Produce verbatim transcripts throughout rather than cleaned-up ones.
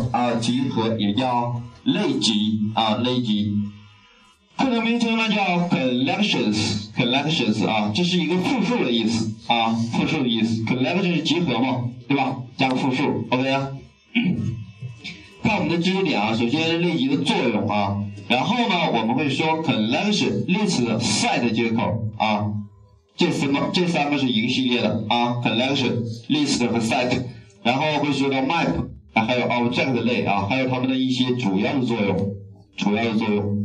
啊，集合也叫类集啊，类集。课程名称呢叫 collections，collections 啊，这是一个复数的意思啊，复数的意思。collection 是集合嘛，对吧？加个复数 ，OK 啊。看我们的知识点啊，首先是类集的作用啊，然后呢，我们会说 collection、list、set 接口啊，这三个这三个是一个系列的啊 ，collection、list 和 set， 然后会说到 map， 还有 object 类啊，还有它们的一些主要的作用，主要的作用。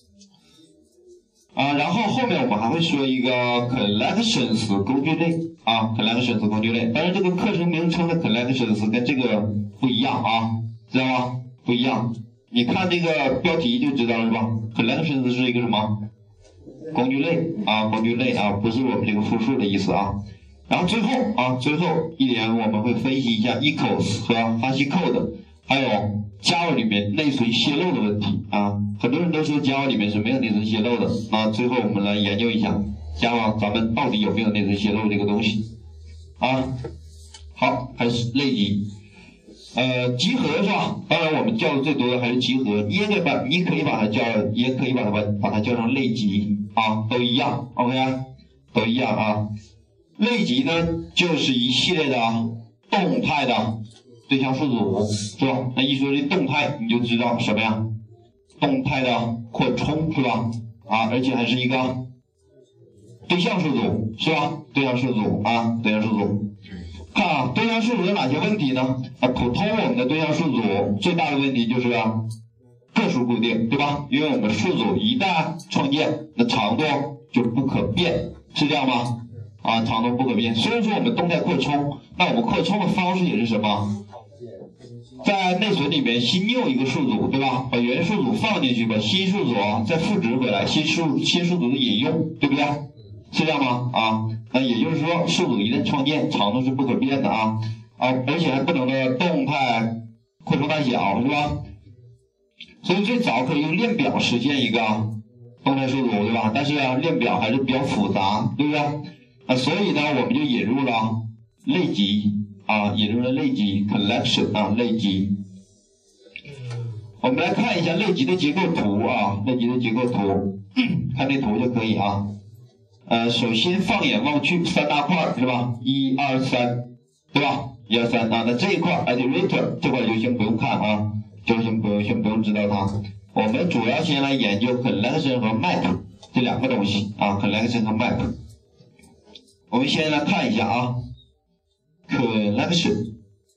啊，然后后面我们还会说一个 collections 工具类啊 ，collections 工具类。当然，这个课程名称的 collections 跟这个不一样啊，知道吗？不一样。你看这个标题就知道了是吧 ？collections 是一个什么工具类啊？工具类啊，不是我们这个复数的意思啊。然后最后啊，最后一点我们会分析一下 equals 和 hash code， 还有 Java 里面内存泄露的问题啊。很多人都说 Java 里面是没有内存泄露的，那最后我们来研究一下 Java 咱们到底有没有内存泄露这个东西啊？好，开始类集，呃，集合是吧？当然我们叫的最多的还是集合，你也可以把你可以把它叫，也可以把它把把它叫成类集啊，都一样 ，OK 啊，都一样啊。类集呢，就是一系列的动态的对象数组，是吧？那一说这动态，你就知道什么呀？动态的扩充是吧？啊，而且还是一个对象数组是吧？对象数组啊，对象数组。看啊，对象数组有哪些问题呢？啊，普通我们的对象数组最大的问题就是啊，个数固定，对吧？因为我们数组一旦创建，那长度就不可变，是这样吗？啊，长度不可变。虽然说我们动态扩充，那我们扩充的方式也是什么？在内存里面新用一个数组，对吧？把原数组放进去，把新数组啊再复制回来，新数新数组的引用，对不对？是这样吗？啊，那也就是说，数组一旦创建，长度是不可变的啊啊，而且还不能的动态扩充大小，是吧？所以最早可以用链表实现一个动态数组，对吧？但是啊，链表还是比较复杂，对不对？啊，所以呢，我们就引入了类集。啊，引入了类集 collection 啊，类集。我们来看一下类集的结构图啊，类集的结构图，看这图就可以啊。呃，首先放眼望去，三大块是吧？一二三，对吧？一二三啊，那这一块 iterator 这块就先不用看啊，就先不用先不用知道它。我们主要先来研究 collection 和 map 这两个东西啊 ，collection 和 map。我们先来看一下啊。collection，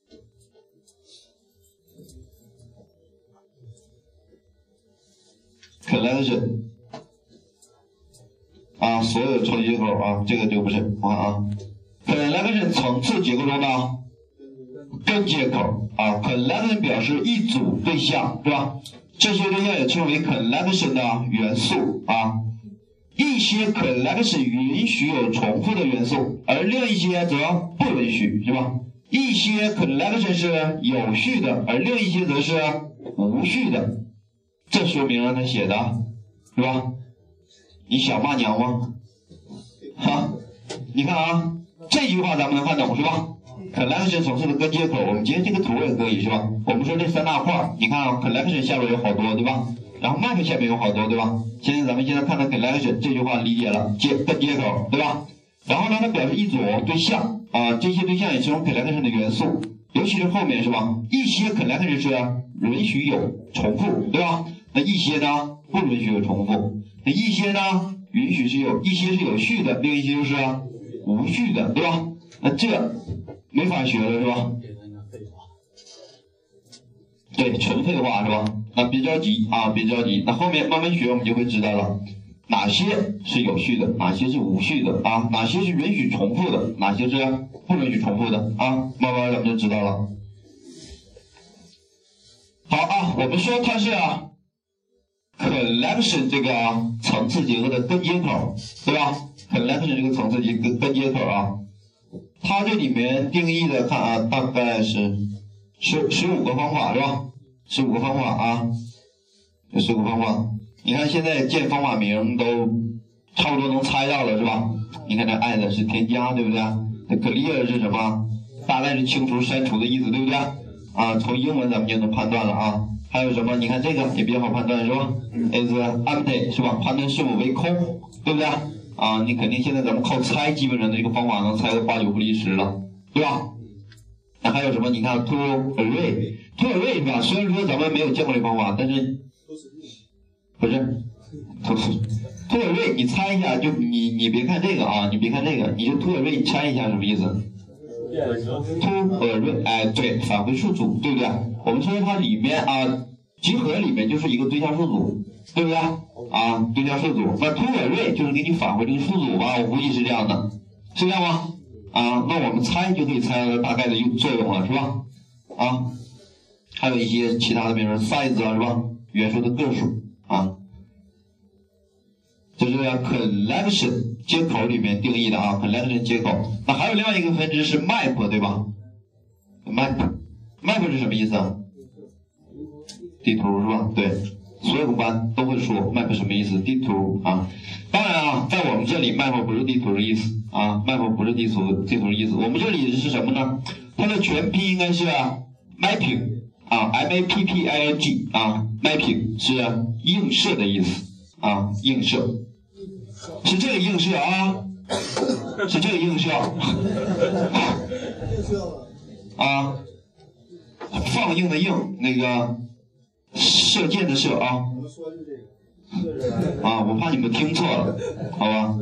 collection 啊，所有超级接口啊，这个就不是，我看啊 ，collection 层次结构中的根接口啊 ，collection 表示一组对象，是吧？这些对象也称为 collection 的元素啊。一些 collection 允许有重复的元素，而另一些则不允许，是吧？一些 collection 是有序的，而另一些则是无序的。这说明了他写的，是吧？你想骂娘吗？哈，你看啊，这句话咱们能看懂是吧 ？collection 层次的根接口，我们截这个图也可以是吧？我们说这三大块，你看啊 ，collection 下边有好多，对吧？然后 map 下面有好多，对吧？现在咱们现在看到 collection 这句话理解了，接根接口，对吧？然后呢，它表示一组对象啊，这些对象也是用 collection 的元素，尤其是后面是吧？一些 collection 是允许有重复，对吧？那一些呢不允许有重复，那一些呢允许是有，一些是有序的，另一些就是无序的，对吧？那这没法学了，是吧？对，纯废话是吧？那别着急啊，别着急，那后面慢慢学我们就会知道了，哪些是有序的，哪些是无序的啊，哪些是允许重复的，哪些是不允许重复的啊，慢慢咱们就知道了。好啊，我们说它是啊 collection 这个层次结构的根接口，对吧 ？collection 这个层次结根根接口啊，它这里面定义的看啊，大概是十十五个方法是吧？十五个方法啊，有十五个方法。你看现在建方法名都差不多能猜到了是吧？你看这 add 是添加，对不对？这 clear 是什么？大概是清除、删除的意思，对不对？ 啊，从英文咱们就能判断了啊。还有什么？你看这个也比较好判断是吧 ？is empty 是吧？判断是否为空，对不对？啊，你肯定现在咱们靠猜，基本上这个方法能猜个八九不离十了，对吧？那还有什么？你看 to array，to array 是吧？虽然说咱们没有见过这个方法，但是不是 to to array， 你猜一下，就你你别看这个啊，你别看这个，你就 to array 你猜一下什么意思 ？to array， 哎，对，返回数组，对不对？我们说它里面啊，集合里面就是一个对象数组，对不对？啊，对象数组，那 to array 就是给你返回这个数组吧，我估计是这样的，是这样吗？啊，那我们猜就可以猜到大概的作用了，是吧？啊，还有一些其他的，比如说 size 啊，是吧？元素的个数啊，这是 collection 接口里面定义的啊 ，collection 接口。那还有另外一个分支是 map， 对吧 ？map map 是什么意思啊？地图是吧？对，所有的班都会说 map 什么意思？地图啊。当然啊，在我们这里 map 不是地图的意思啊 ，map 不是地图地图的意思。我们这里是什么呢？它的全拼应该是 mapping 啊 ，m a p p i n g 啊 ，mapping 是映射的意思啊，映射是这个映射啊，是这个映射啊，放映的映，那个射箭的射啊。啊，我怕你们听错了，好吧？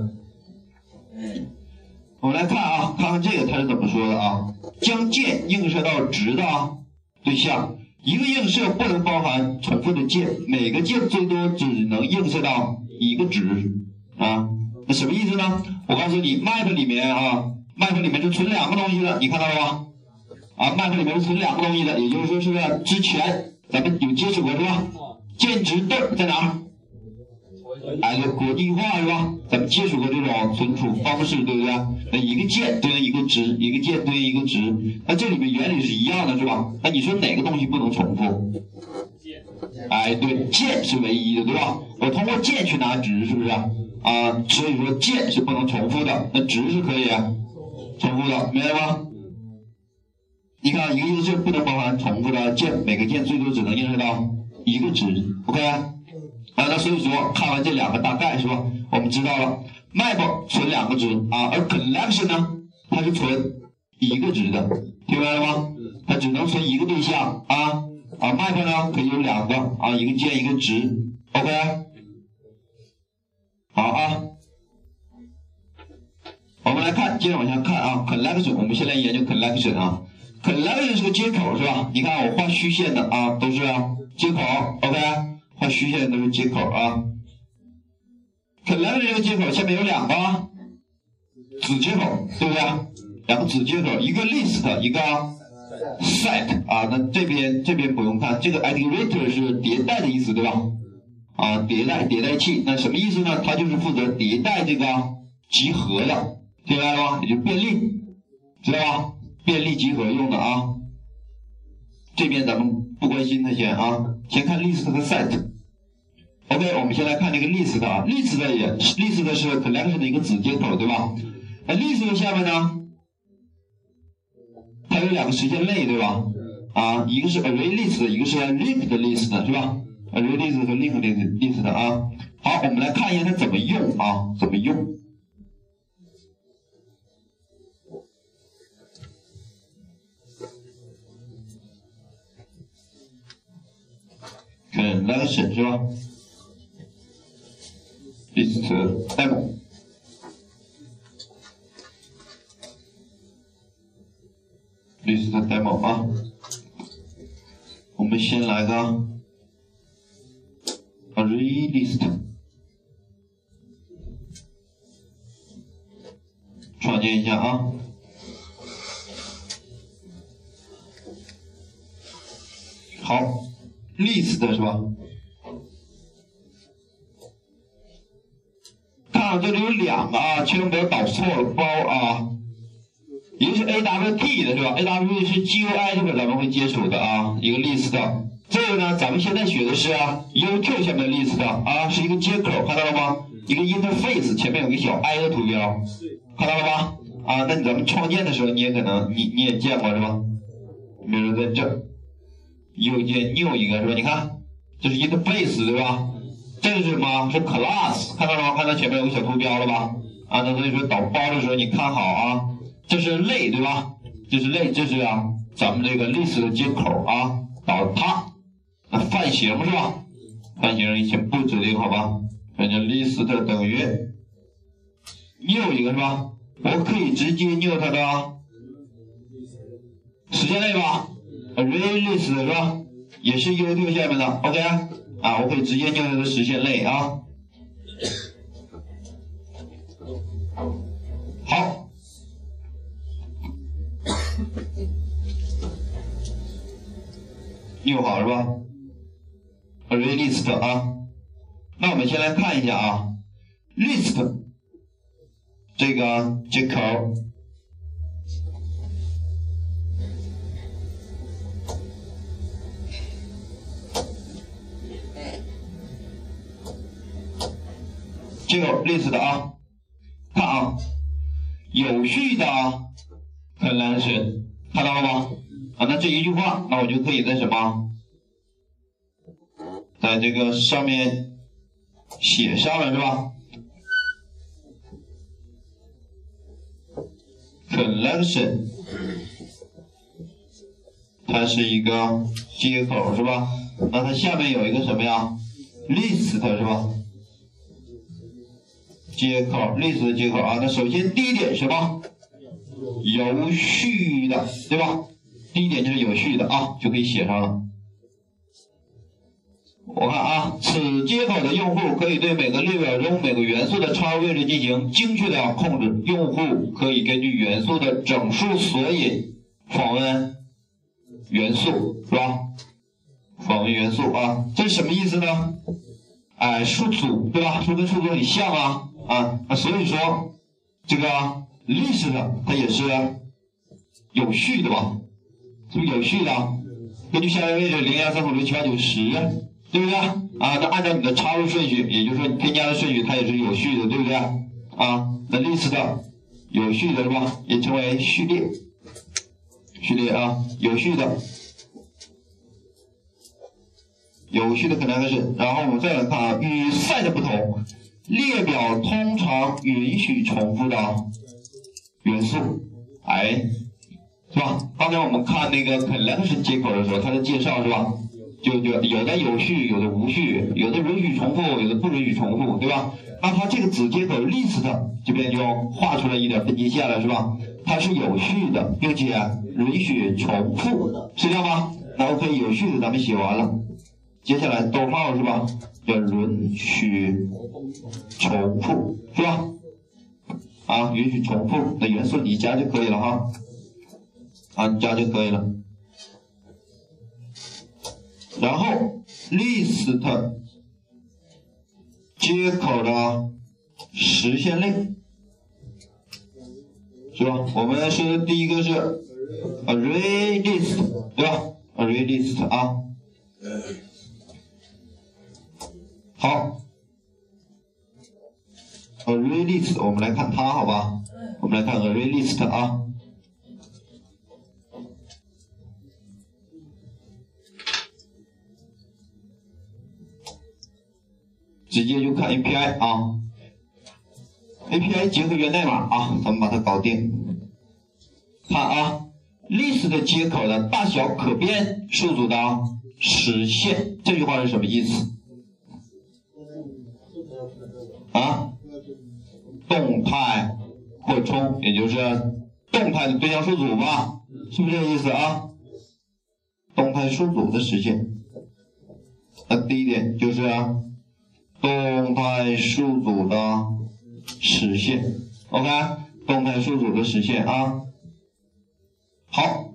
我们来看啊，看看这个它是怎么说的啊？将箭映射到直的啊对象，一个映射不能包含重复的箭，每个箭最多只能映射到一个值啊。那什么意思呢？我告诉你 ，map 里面啊 ，map 里面是存两个东西的，你看到了吗？啊 ，map 里面是存两个东西的，也就是说是不是之前咱们有接触过是吧？键值对在哪儿？哎，对，国际化是吧？咱们接触过这种存储方式，对不对？那一个键对应一个值，一个键对应一个值，那这里面原理是一样的，是吧？那你说哪个东西不能重复？哎，对，键是唯一的，对吧？我通过键去拿值，是不是？啊，所以说键是不能重复的，那值是可以重复的，明白吗？你看，一个映射不能包含重复的键，每个键最多只能映射到一个值 ，OK？ 啊，那所以说看完这两个大概是吧？我们知道了 ，map 存两个值啊，而 collection 呢，它是存一个值的，听明白了吗？它只能存一个对象啊啊 ，map 呢可以有两个啊，一个键一个值 ，OK？ 好啊，我们来看，接着往下看啊 ，collection， 我们先来研究 collection 啊 ，collection 是个接口是吧？你看我画虚线的啊，都是接口 ，OK？ 画虚线都是接口啊。collection 这个接口下面有两个子接口，对不对？两个子接口，一个 list， 一个 set 啊。那这边这边不用看，这个 iterator 是迭代的意思，对吧？啊，迭代迭代器，那什么意思呢？它就是负责迭代这个集合的，听明白了吗？也就是便利，知道吧？便利集合用的啊。这边咱们不关心它先啊，先看 list 和 set。OK， 我们先来看这个 list 啊 ，list 也 list 是 collection 的一个子接口，对吧？那 list 下面呢，它有两个实现类，对吧？啊，一个是 array list， 一个是 linked list， 是吧 ？array list 和 linked list 啊。好，我们来看一下它怎么用啊，怎么用。collection 是吧 ？list demo list demo 啊，我们先来个 array list， 创建一下啊。好 ，list 是吧？看啊，这里有两个啊，千万不要导错了包啊。一个是 A W T 的是吧 ？A W T 是 G U I 这个咱们会接触的啊，一个 list。这个呢，咱们现在学的是 U Q 下面的 list 啊，是一个接口，看到了吗？一个 interface 前面有个小 I 的图标，看到了吗？啊，那咱们创建的时候你也可能你你也见过是吧？比如说在这右键 new 一个是吧？你看，这是 interface 对吧？这个是什么？是 class， 看到了吗？看到前面有个小图标了吧？啊，那所以说导包的时候你看好啊，这是类对吧？这是类，这是啊咱们这个 list 的接口啊，导它。那范型是吧？范型先不指定好吧？那就 list 等于 new 一个是吧？我可以直接 new 它的啊。实现类吧 ，array list 是吧？也是 U 六下面的 ，OK 啊，我可以直接 new 它的实现类啊。好，new 好是吧 ？array list 啊，那我们先来看一下啊 ，list 这个接口。接口 list 的啊，看啊，有序的 collection 看到了吗？啊，那这一句话，那我就可以在什么，在这个上面写上了是吧 ？collection 它是一个接口是吧？那它下面有一个什么呀 ？list 是吧？接口 list 的接口啊，那首先第一点什么？有序的，对吧？第一点就是有序的啊，就可以写上了。我看啊，此接口的用户可以对每个列表中每个元素的超位置进行精确的控制。用户可以根据元素的整数索引访问元素，是吧？访问元素啊，这是什么意思呢？哎，数组对吧？数跟数组很像啊。啊，那所以说这个 list 它也是有序的吧？是不是有序的？根据下面位置零一二三四五六七八九十，对不对？啊，那按照你的插入顺序，也就是说你添加的顺序，它也是有序的，对不对？啊，那 list 有序的是吧？也称为序列，序列啊，有序的。有序的 collection， 然后我们再来看啊，与 set 不同，列表通常允许重复的元素，哎，是吧？刚才我们看那个 collection 接口的时候，它的介绍是吧？就就有的有序，有的无序，有的允许重复，有的不允许重复，对吧？那它这个子接口 list 这边就画出来一点分界线了，是吧？它是有序的，并且允许重复，是这样吗？那 OK， 有序的咱们写完了。接下来逗号是吧？要允许重复是吧？啊，允许重复的元素你加就可以了哈，啊，你加就可以了。然后 list 接口的实现类是吧？我们说的第一个是 array list 对吧 ？array list 啊。好 ，array list， 我们来看它，好吧？我们来看 array list 啊。直接就看 A P I 啊 ，A P I 结合源代码啊，咱们把它搞定。看啊 ，list 的接口的大小可变数组的实现，这句话是什么意思？啊，动态扩充，也就是动态的对象数组吧，是不是这个意思啊？动态数组的实现，那第一点就是动态数组的实现 ，OK， 动态数组的实现啊。好，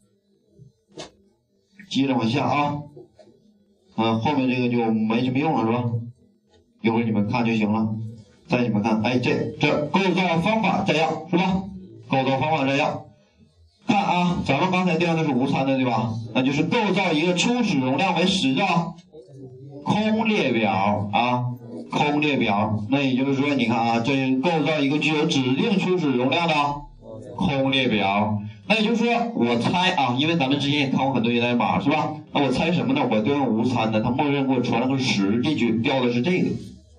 接着往下啊，嗯，后面这个就没什么用了，是吧？一会儿你们看就行了。再你们看，哎，这这构造方法摘要是吧？构造方法摘要，看啊，咱们刚才调的是无参的对吧？那就是构造一个初始容量为十的空列表啊，空列表。那也就是说，你看啊，这构造一个具有指定初始容量的空列表。 那也就是说，我猜啊，因为咱们之前也看过很多源代码，是吧？那我猜什么呢？我调用无参的，它默认给我传了个十进去，调的是这个，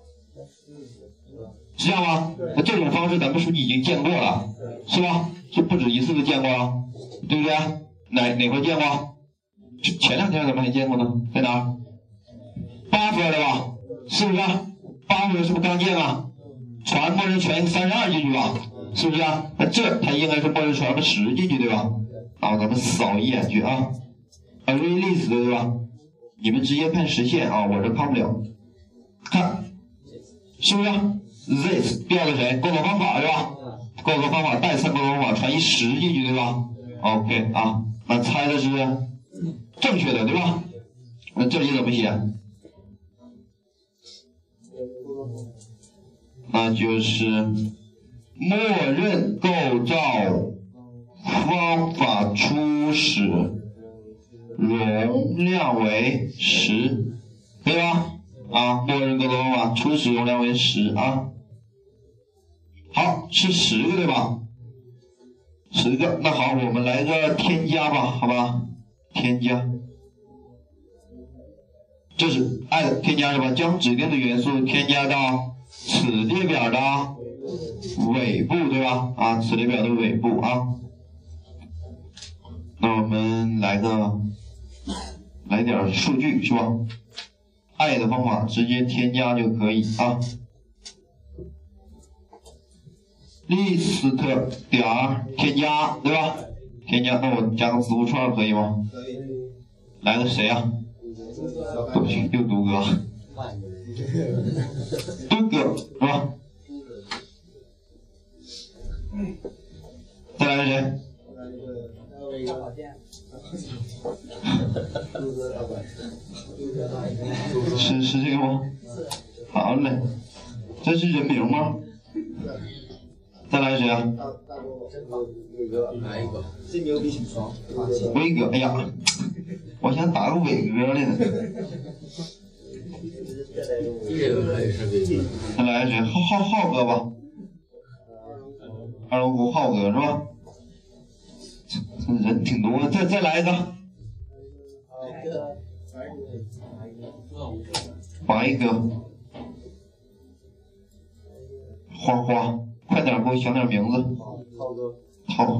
是这样吗？那这种方式咱们是不是已经见过了，是吧？是不止一次的见过了，对不对？哪哪回见过？前两天咱们还见过呢，在哪儿？八分的吧？是不是？八分是不是刚见啊？传默认传三十二进去吧？是不是啊？那这它应该是默认传个十进去，对吧？啊，咱们扫一眼去啊 ，array list 对吧？你们直接看实现啊，我这看不了。看，是不是 ？this 调的谁？构造方法是吧？构造方法代参构造方法传一十进去，对吧 ？OK 啊，那猜的是正确的，对吧？那这里怎么写？那就是默认构造方法初始容量为十，对吧？啊，默认构造方法初始容量为十啊。好，是十个对吧？十个，那好，我们来个添加吧，好吧？添加，这是 add 添加是吧？将指定的元素添加到此列表的尾部，对吧？啊，此列表的尾部啊。那我们来个来点数据是吧？爱的方法直接添加就可以啊。list 点添加，对吧？添加，那我加个字符串可以吗？可以。来个谁啊？对不起，又读哥。都哥是吧？再来谁？是是这个吗？好嘞，这是人名吗？再来谁啊？来一个。威哥，哎呀，我想打个伟哥来呢。再来谁？浩浩浩哥吧，二龙湖浩哥是吧？这人挺多，再再来一个。白哥，花花，快点给我想点名字。涛哥，涛。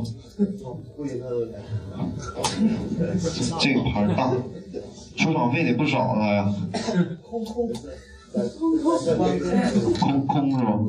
这个牌大，出场费得不少了呀。空空。空空是吧？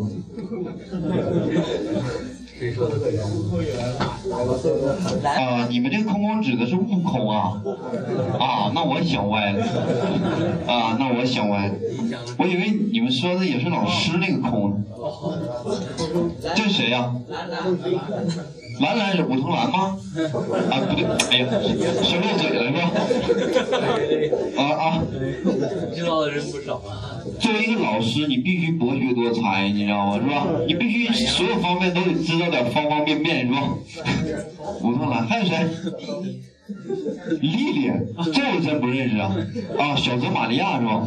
啊，你们这个空空指的是悟空啊？啊，那我想歪了。啊，那我想歪了。我以为你们说的也是老师那个空呢。这是谁呀？兰兰是武藤兰吗？啊，不对，哎呀，说漏嘴了是吧？啊啊，知道的人不少啊。作为一个老师，你必须博学多才，你知道吗？是吧？你必须所有方面都得知道点方方面面，是吧？武藤兰，还有谁？丽丽，这我真不认识啊！啊，小泽玛利亚是吧？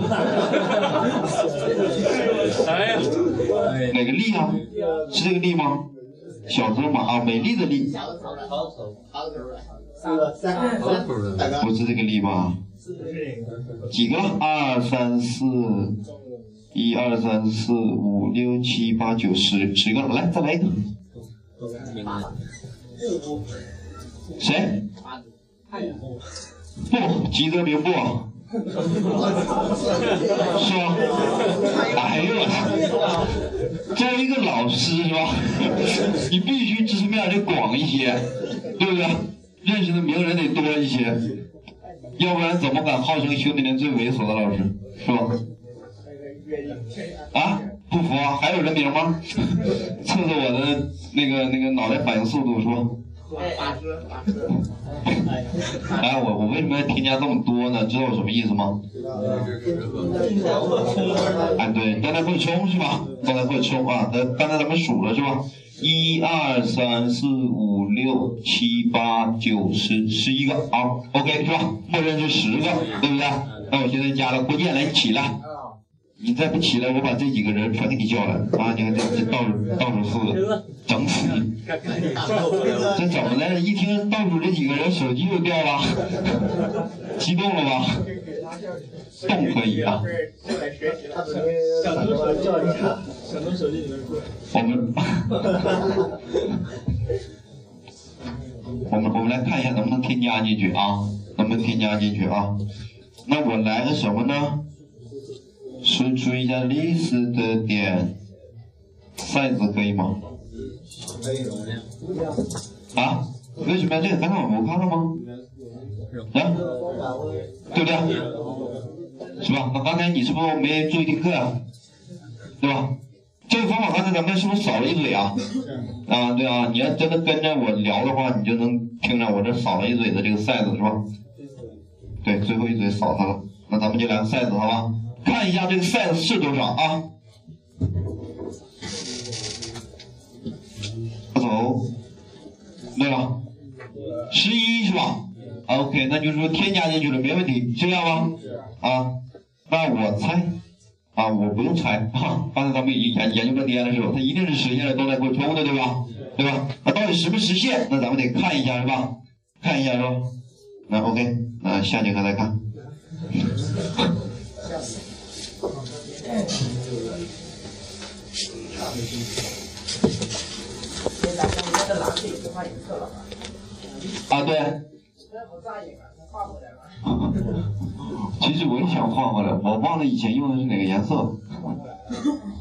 哎呀，哪个丽啊？是这个丽吗？小泽玛啊，美丽的丽。不是这个丽吧？几个？二三四，一二三四五六七八九十，十个了。来，再来一个。谁？不，吉泽明步。是吧？哎呦我操！作为一个老师是吧？你必须知识面得广一些，对不对？认识的名人得多一些，要不然怎么敢号称兄弟连最猥琐的老师，是吧？啊，不服啊？还有人名吗？测测我的那个那个脑袋反应速度是吧？哎，我我为什么要添加这么多呢？知道我什么意思吗？哎，对，刚才会冲是吧？刚才会冲啊！刚刚才咱们数了是吧？一二三四五六七八九十十一个啊 ，OK 是吧？默认是十个，对不对？那我现在加了郭建来，你起来， 你再不起来，我把这几个人全给你叫来啊！你看这这倒数倒数四个，整死你！这怎么的？一听倒数这几个人，手机就掉了，激动了吧？动可以啊。我们我们我们来看一下能不能添加进去啊？能不能添加进去啊？那我来个什么呢？输出一下历史的点 size 可以吗？ 可以。 啊？为什么要这个？刚才我们看了吗？啊？对不对？是吧？那刚才你是不是没注意听课啊？对吧？这个方法刚才咱们是不是扫了一嘴啊？啊，对啊，你要真的跟着我聊的话，你就能听着我这扫了一嘴的这个 size 是吧？对，最后一嘴扫它了。那咱们就来个 size 好吧？看一下这个 size 是多少啊？不走，对吧？十一是吧 ？OK， 那就是说添加进去了，没问题，是这样吗？啊，那我猜。啊，我不用猜啊！刚才咱们研研究半天的时候，它一定是实现了动态扩充的，对吧？对吧？那到底实不实现？那咱们得看一下，是吧？看一下，是吧？那 OK， 那下节课再看。啊，对。其实我也想换回来，我忘了以前用的是哪个颜色。